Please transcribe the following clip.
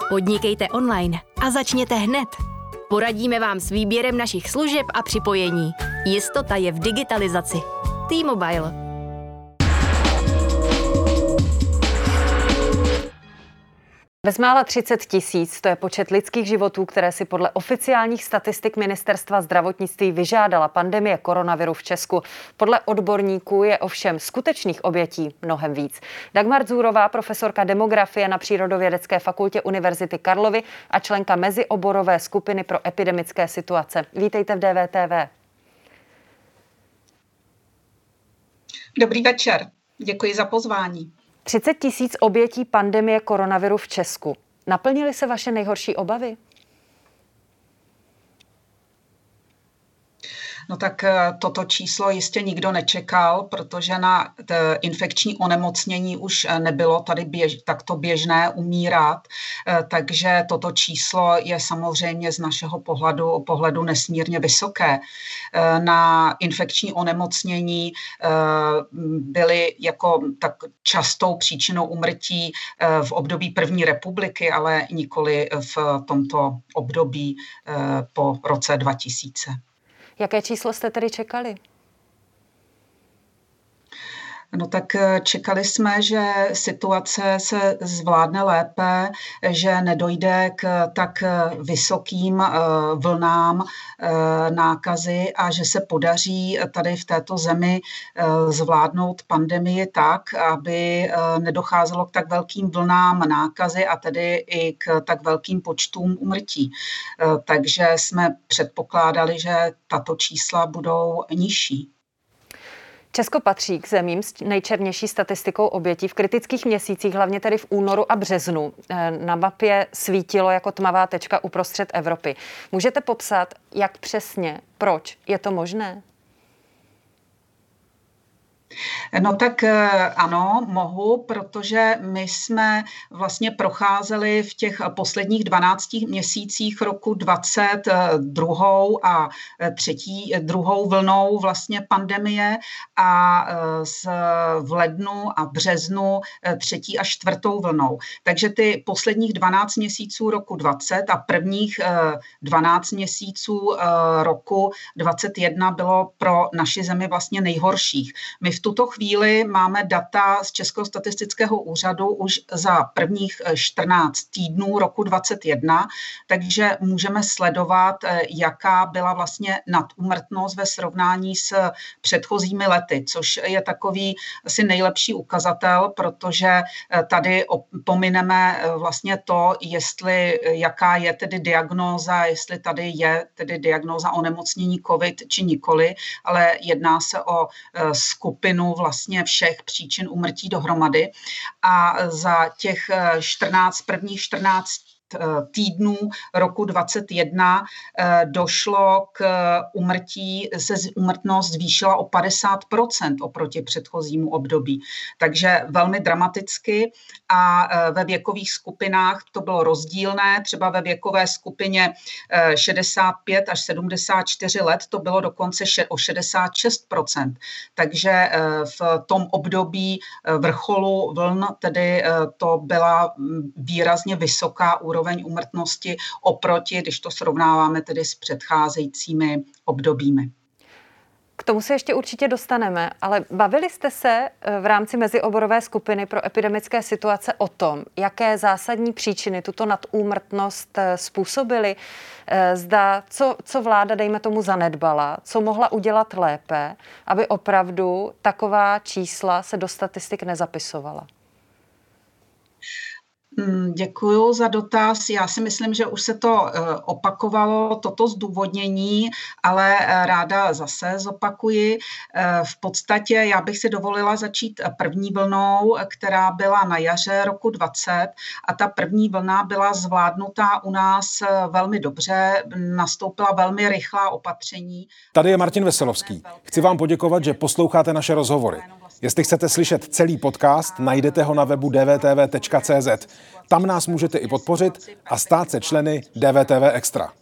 Podnikejte online a začněte hned. Poradíme vám s výběrem našich služeb a připojení. Jistota je v digitalizaci. T-Mobile. Bezmála 30 000, to je počet lidských životů, které si podle oficiálních statistik Ministerstva zdravotnictví vyžádala pandemie koronaviru v Česku. Podle odborníků je ovšem skutečných obětí mnohem víc. Dagmar Dzúrová, profesorka demografie na Přírodovědecké fakultě Univerzity Karlovy a členka mezioborové skupiny pro epidemické situace. Vítejte v DVTV. Dobrý večer, děkuji za pozvání. 30 000 obětí pandemie koronaviru v Česku. Naplnily se vaše nejhorší obavy? No tak toto číslo jistě nikdo nečekal, protože na infekční onemocnění už nebylo tady takto běžné umírat, takže toto číslo je samozřejmě z našeho pohledu nesmírně vysoké. Na infekční onemocnění byly jako tak častou příčinou úmrtí v období první republiky, ale nikoli v tomto období po roce 2000. Jaké číslo jste tedy čekali? No tak čekali jsme, že situace se zvládne lépe, že nedojde k tak vysokým vlnám nákazy a že se podaří tady v této zemi zvládnout pandemii tak, aby nedocházelo k tak velkým vlnám nákazy a tedy i k tak velkým počtům úmrtí. Takže jsme předpokládali, že tato čísla budou nižší. Česko patří k zemím s nejčernější statistikou obětí v kritických měsících, hlavně tedy v únoru a březnu. Na mapě svítilo jako tmavá tečka uprostřed Evropy. Můžete popsat, jak přesně, proč je to možné? No tak ano, mohu, protože my jsme vlastně procházeli v těch posledních 12 měsících roku 20 druhou vlnou vlastně pandemie a v lednu a březnu třetí a čtvrtou vlnou. Takže ty posledních 12 měsíců roku 20 a prvních 12 měsíců roku 21 bylo pro naši zemi vlastně nejhorších. My v tuto chvíli máme data z Českého statistického úřadu už za prvních 14 týdnů roku 2021, takže můžeme sledovat, jaká byla vlastně nadúmrtnost ve srovnání s předchozími lety, což je takový asi nejlepší ukazatel, protože tady pomineme vlastně to, jaká je tedy diagnóza, jestli tady je tedy diagnóza onemocnění COVID či nikoli, ale jedná se o skupinu vlastně všech příčin úmrtí dohromady a za těch prvních 14 týdnů roku 2021 došlo k úmrtí, se úmrtnost zvýšila o 50% oproti předchozímu období. Takže velmi dramaticky a ve věkových skupinách to bylo rozdílné. Třeba ve věkové skupině 65 až 74 let to bylo dokonce o 66%. Takže v tom období vrcholu vln tedy to byla výrazně vysoká úroveň úmrtnosti oproti, když to srovnáváme tedy s předcházejícími obdobími. K tomu se ještě určitě dostaneme, ale bavili jste se v rámci mezioborové skupiny pro epidemické situace o tom, jaké zásadní příčiny tuto nadúmrtnost způsobily? Zda, co vláda, dejme tomu, zanedbala, co mohla udělat lépe, aby opravdu taková čísla se do statistik nezapisovala? Děkuju za dotaz. Já si myslím, že už se to opakovalo, toto zdůvodnění, ale ráda zase zopakuji. V podstatě já bych si dovolila začít první vlnou, která byla na jaře roku 20 a ta první vlna byla zvládnutá u nás velmi dobře, nastoupila velmi rychlá opatření. Tady je Martin Veselovský. Chci vám poděkovat, že posloucháte naše rozhovory. Jestli chcete slyšet celý podcast, najdete ho na webu dvtv.cz. Tam nás můžete i podpořit a stát se členy DVTV Extra.